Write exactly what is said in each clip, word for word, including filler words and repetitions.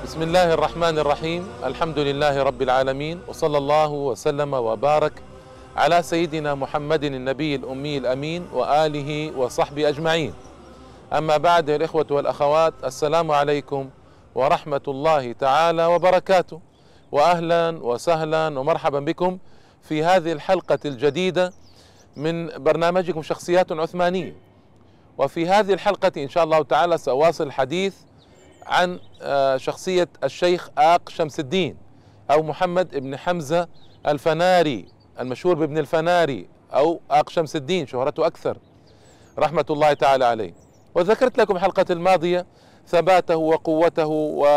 بسم الله الرحمن الرحيم. الحمد لله رب العالمين، وصلى الله وسلم وبارك على سيدنا محمد النبي الأمي الأمين وآله وصحبه أجمعين. أما بعد، الإخوة والأخوات، السلام عليكم ورحمة الله تعالى وبركاته، وأهلا وسهلا ومرحبا بكم في هذه الحلقة الجديدة من برنامجكم شخصيات عثمانية. وفي هذه الحلقة إن شاء الله تعالى سأواصل الحديث عن شخصية الشيخ آق شمس الدين أو محمد بن حمزة الفناري، المشهور بابن الفناري أو آق شمس الدين، شهرته أكثر رحمة الله تعالى عليه. وذكرت لكم الحلقة الماضية ثباته وقوته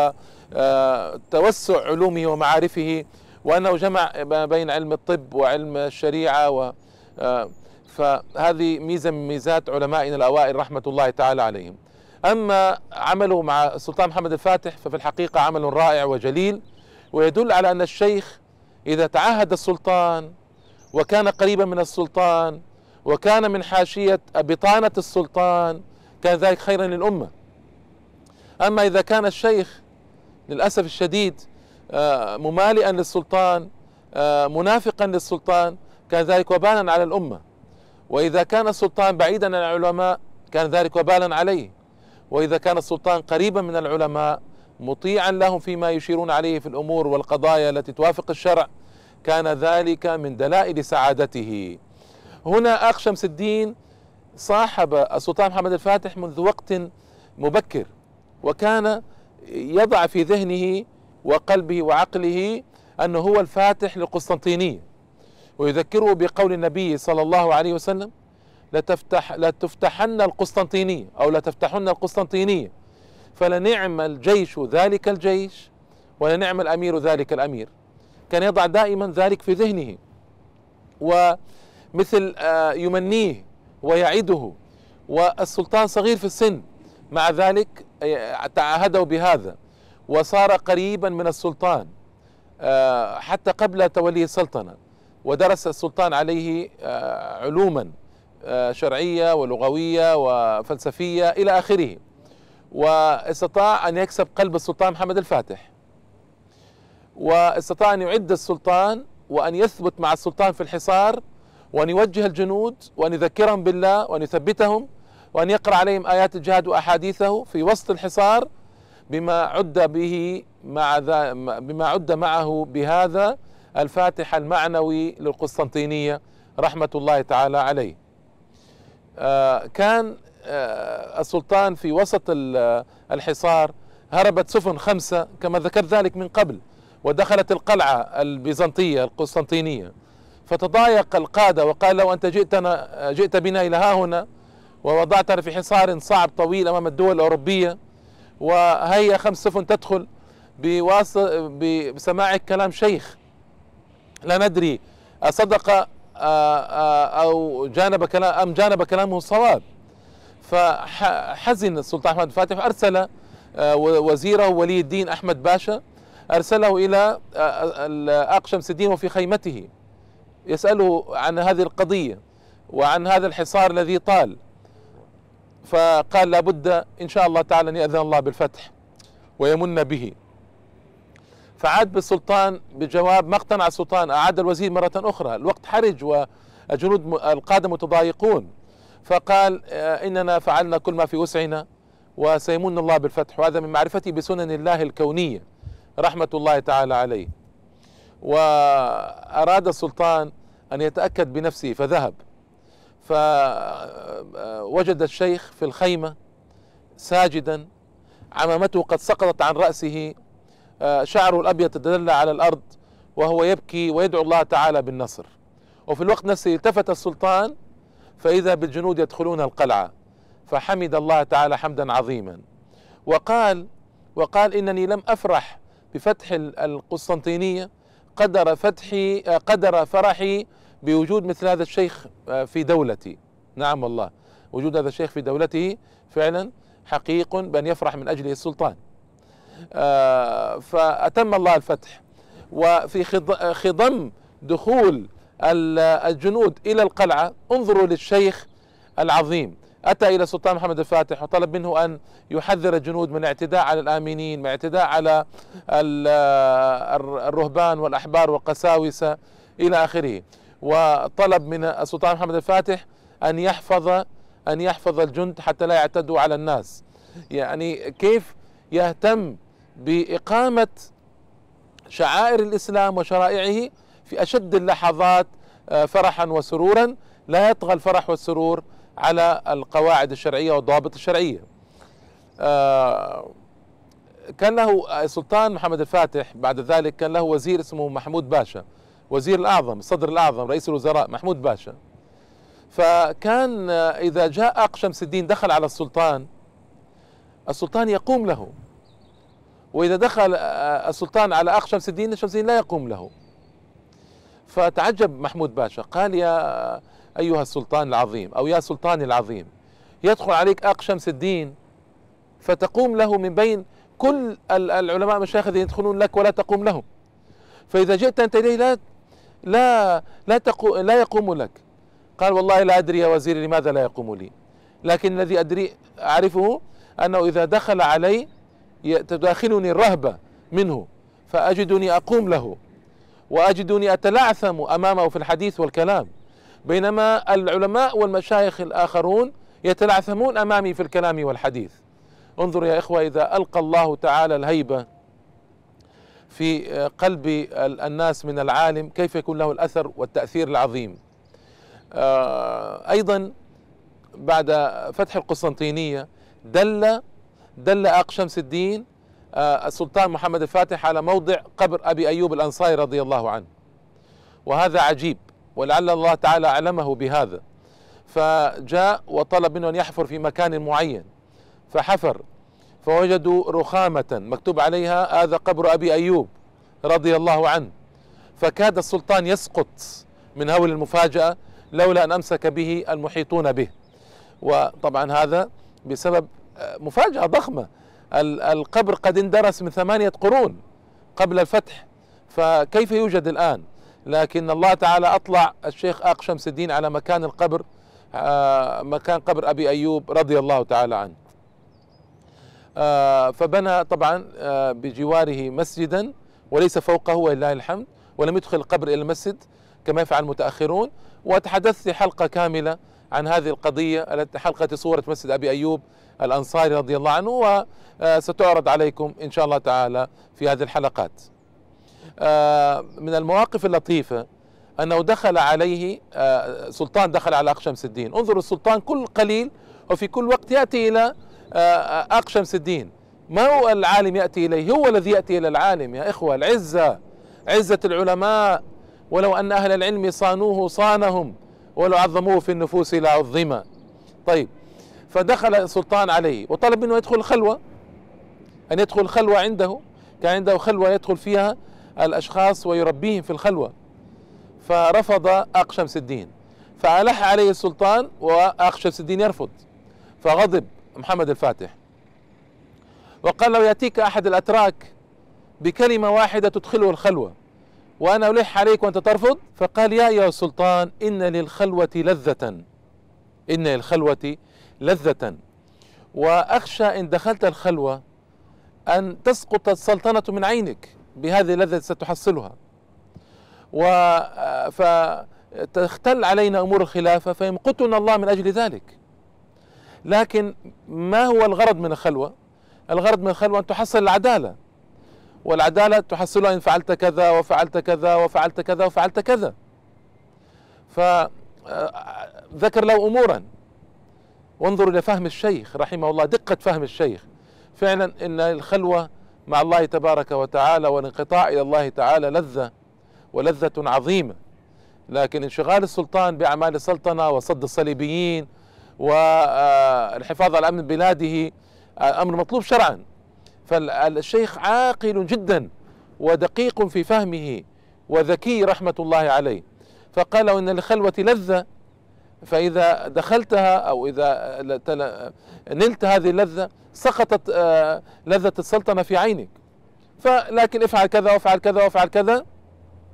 وتوسع علومه ومعارفه، وأنه جمع بين علم الطب وعلم الشريعة، و فهذه ميزة من ميزات علمائنا الأوائل رحمة الله تعالى عليهم. أما عمله مع السلطان محمد الفاتح ففي الحقيقة عمل رائع وجليل، ويدل على أن الشيخ إذا تعاهد السلطان وكان قريبا من السلطان وكان من حاشية بطانة السلطان كان ذلك خيرا للأمة. أما إذا كان الشيخ للأسف الشديد ممالئا للسلطان منافقا للسلطان كان ذلك وبالا على الأمة. وإذا كان السلطان بعيدا عن العلماء كان ذلك وبالا عليه، وإذا كان السلطان قريبا من العلماء مطيعا لهم فيما يشيرون عليه في الأمور والقضايا التي توافق الشرع كان ذلك من دلائل سعادته. هنا آق شمس الدين صاحب السلطان محمد الفاتح منذ وقت مبكر، وكان يضع في ذهنه وقلبه وعقله أنه هو الفاتح للقسطنطينية، ويذكره بقول النبي صلى الله عليه وسلم: لتفتح لتفتحن القسطنطينية أو لتفتحن القسطنطينية، فلنعم الجيش ذلك الجيش ولنعم الأمير ذلك الأمير. كان يضع دائما ذلك في ذهنه، ومثل يمنيه ويعده، والسلطان صغير في السن، مع ذلك تعاهده بهذا وصار قريبا من السلطان حتى قبل توليه السلطنة، ودرس السلطان عليه علوما شرعية ولغوية وفلسفية إلى آخره، واستطاع أن يكسب قلب السلطان محمد الفاتح، واستطاع أن يعد السلطان وأن يثبت مع السلطان في الحصار، وأن يوجه الجنود وأن يذكرهم بالله وأن يثبتهم، وأن يقرأ عليهم آيات الجهاد وأحاديثه في وسط الحصار، بما عد به مع ذا بما عد معه بهذا الفاتح المعنوي للقسطنطينية رحمة الله تعالى عليه. آه كان آه السلطان في وسط الحصار، هربت سفن خمسة كما ذكرت ذلك من قبل، ودخلت القلعة البيزنطية القسطنطينية، فتضايق القادة وقال: لو أنت جئتنا جئت بنا إلى ها هنا ووضعتنا في حصار صعب طويل أمام الدول الأوروبية، وهي خمس سفن تدخل بسماع كلام شيخ لا ندري أصدق أو جانب كلام أم جانب كلامه الصواب. فحزن السلطان محمد الفاتح، أرسل وزيره ولي الدين أحمد باشا، أرسله إلى آق شمس الدين وفي خيمته يسأله عن هذه القضية وعن هذا الحصار الذي طال، فقال: لابد إن شاء الله تعالى أن يأذن الله بالفتح ويمن به. فعاد بالسلطان بجواب، ما اقتنع السلطان، أعاد الوزير مرة أخرى، الوقت حرج والجنود القادة متضايقون، فقال: إننا فعلنا كل ما في وسعنا وسيمن الله بالفتح. وهذا من معرفتي بسنن الله الكونية رحمة الله تعالى عليه. وأراد السلطان أن يتأكد بنفسه فذهب، فوجد الشيخ في الخيمة ساجدا، عمامته قد سقطت عن رأسه، شعره الأبيض تدلى على الأرض، وهو يبكي ويدعو الله تعالى بالنصر. وفي الوقت نفسه التفت السلطان فإذا بالجنود يدخلون القلعة، فحمد الله تعالى حمدا عظيما، وقال وقال إنني لم أفرح بفتح القسطنطينية قدر فتحي قدر فرحي بوجود مثل هذا الشيخ في دولتي. نعم والله، وجود هذا الشيخ في دولته فعلا حقيق بأن يفرح من أجله السلطان. آه فأتم الله الفتح. وفي خضم دخول الجنود إلى القلعة انظروا للشيخ العظيم، أتى إلى السلطان محمد الفاتح وطلب منه أن يحذر الجنود من الاعتداء على الآمنين، من الاعتداء على الرهبان والأحبار والقساوسة إلى آخره. وطلب من السلطان محمد الفاتح أن يحفظ أن يحفظ الجند حتى لا يعتدوا على الناس. يعني كيف يهتم بإقامة شعائر الإسلام وشرائعه في أشد اللحظات فرحا وسرورا، لا يطغى الفرح والسرور على القواعد الشرعية والضوابط الشرعية. كان له السلطان محمد الفاتح بعد ذلك كان له وزير اسمه محمود باشا، وزير الأعظم، الصدر الأعظم، رئيس الوزراء محمود باشا. فكان إذا جاء أق شمس الدين دخل على السلطان، السلطان يقوم له، وإذا دخل السلطان على أق شمس الدين، شمس الدين لا يقوم له. فتعجب محمود باشا، قال: يا أيها السلطان العظيم، أو يا سلطاني العظيم، يدخل عليك أق شمس الدين فتقوم له من بين كل العلماء المشايخ الذين يدخلون لك ولا تقوم لهم، فإذا جئت أنت إليه لا لا لا, تقو لا يقوم لك. قال: والله لا أدري يا وزيري لماذا لا يقوم لي، لكن الذي أدري أعرفه أنه إذا دخل علي تداخلني الرهبة منه، فأجدني أقوم له وأجدني أتلعثم أمامه في الحديث والكلام، بينما العلماء والمشايخ الآخرون يتلعثمون أمامي في الكلام والحديث. انظر يا إخوة، إذا ألقى الله تعالى الهيبة في قلب الناس من العالم كيف يكون له الأثر والتأثير العظيم. أيضا بعد فتح القسطنطينية دل دل أق شمس الدين السلطان محمد الفاتح على موضع قبر أبي أيوب الأنصاري رضي الله عنه، وهذا عجيب، ولعل الله تعالى أعلمه بهذا، فجاء وطلب منه أن يحفر في مكان معين، فحفر فوجدوا رخامة مكتوب عليها: هذا قبر أبي أيوب رضي الله عنه، فكاد السلطان يسقط من هول المفاجأة لولا أن أمسك به المحيطون به. وطبعا هذا بسبب مفاجأة ضخمة، القبر قد اندرس من ثمانية قرون قبل الفتح، فكيف يوجد الآن؟ لكن الله تعالى أطلع الشيخ آق شمس الدين على مكان القبر، مكان قبر أبي أيوب رضي الله تعالى عنه. فبنى طبعا بجواره مسجدا وليس فوقه ولله الحمد، ولم يدخل القبر إلى المسجد كما يفعل المتأخرون. وتحدثت حلقة كاملة عن هذه القضية التي حلقة صورة مسجد أبي أيوب الأنصاري رضي الله عنه، وستعرض عليكم إن شاء الله تعالى في هذه الحلقات. من المواقف اللطيفة أنه دخل عليه سلطان، دخل على أق شمس الدين. انظروا السلطان كل قليل وفي كل وقت يأتي إلى أق شمس الدين، ما هو العالم يأتي إليه، هو الذي يأتي إلى العالم. يا إخوة، العزة عزة العلماء، ولو أن أهل العلم صانوه صانهم، ولو عظموه في النفوس لعظم. طيب، فدخل السلطان عليه وطلب منه يدخل خلوة، أن يدخل خلوة عنده، كان عنده خلوة يدخل فيها الأشخاص ويربيهم في الخلوة، فرفض آق شمس الدين، فألح عليه السلطان وآق شمس الدين يرفض، فغضب محمد الفاتح وقال له: يأتيك أحد الأتراك بكلمة واحدة تدخله الخلوة وأنا ألح عليك وأنت ترفض؟ فقال: يا أيها السلطان، إن للخلوة لذة، إن للخلوة لذة، وأخشى إن دخلت الخلوة أن تسقط السلطنة من عينك بهذه اللذة ستحصلها، فتختل علينا أمور الخلافة فيمقتنا الله من أجل ذلك. لكن ما هو الغرض من الخلوة؟ الغرض من الخلوة أن تحصل العدالة، والعدالة تحصلها إن فعلت كذا وفعلت كذا وفعلت كذا وفعلت كذا. فذكر له أمورا، وانظروا إلى فهم الشيخ رحمه الله، دقة فهم الشيخ. فعلا إن الخلوة مع الله تبارك وتعالى والانقطاع إلى الله تعالى لذة، ولذة عظيمة، لكن انشغال السلطان بأعمال السلطنة وصد الصليبيين والحفاظ على أمن بلاده أمر مطلوب شرعا. فالشيخ عاقل جدا ودقيق في فهمه وذكي رحمة الله عليه، فقال له: إن للخلوة لذة، فإذا دخلتها أو إذا نلت هذه اللذة سقطت لذة السلطنة في عينك، فلكن افعل كذا وافعل كذا وافعل كذا.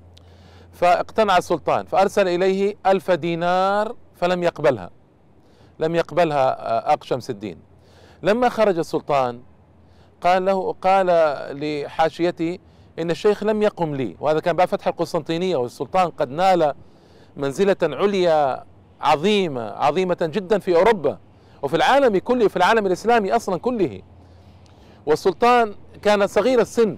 فاقتنع السلطان فأرسل إليه ألف دينار فلم يقبلها، لم يقبلها أق شمس الدين. لما خرج السلطان قال له قال لحاشيته إن الشيخ لم يقم لي، وهذا كان بعد فتح القسطنطينية، والسلطان قد نال منزلة عليا عظيمة عظيمة جدا في أوروبا وفي العالم كله، في العالم الإسلامي أصلا كله. والسلطان كان صغير السن،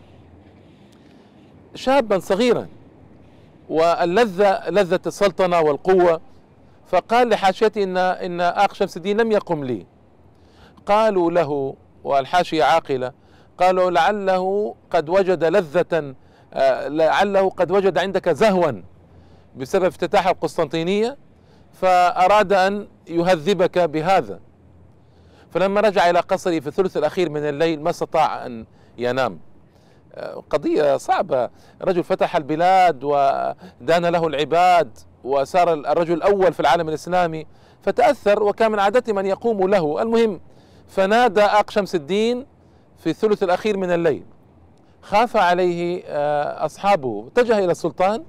شابا صغيرا، واللذة لذة السلطنة والقوة. فقال لحاشيته إن إن آق شمس الدين لم يقم لي. قالوا له، والحاشية عاقلة، قالوا لعله قد وجد لذة، لعله قد وجد عندك زهوا بسبب افتتاح القسطنطينية فأراد أن يهذبك بهذا. فلما رجع إلى قصره في الثلث الأخير من الليل ما استطاع أن ينام. قضية صعبة، رجل فتح البلاد ودان له العباد وصار الرجل الأول في العالم الإسلامي، فتأثر وكان من عادته من يقوم له. المهم فنادى آق شمس الدين في الثلث الأخير من الليل، خاف عليه أصحابه، اتجه إلى السلطان،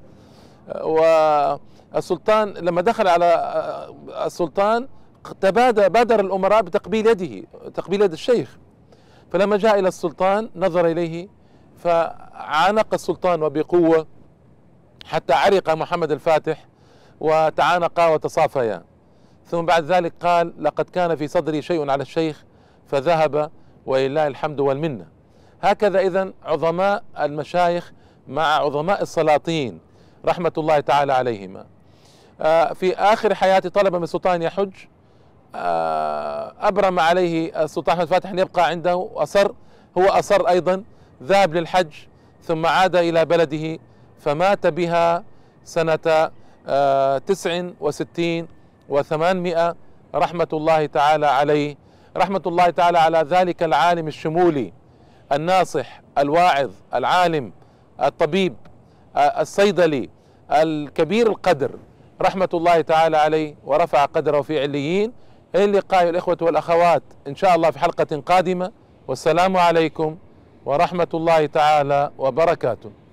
والسلطان لما دخل على السلطان تبادر بادر الأمراء بتقبيل يده، تقبيل يد الشيخ. فلما جاء إلى السلطان نظر إليه فعانق السلطان وبقوة حتى عرق محمد الفاتح وتعانقا وتصافيا. ثم بعد ذلك قال لقد كان في صدري شيء على الشيخ فذهب ولله الحمد والمنة. هكذا إذن عظماء المشايخ مع عظماء السلاطين رحمة الله تعالى عليهما. في آخر حياته طلب من السلطان يحج، أبرم عليه السلطان أحمد الفاتح أن يبقى عنده، وأصر هو أصر أيضا، ذهب للحج ثم عاد إلى بلده فمات بها سنة تسع وستين وثمانمائة رحمة الله تعالى عليه، رحمة الله تعالى على ذلك العالم الشمولي الناصح الواعظ العالم الطبيب الصيدلي الكبير القدر، رحمة الله تعالى عليه، ورفع قدره في عليين. إلى اللقاء الإخوة والأخوات إن شاء الله في حلقة قادمة، والسلام عليكم ورحمة الله تعالى وبركاته.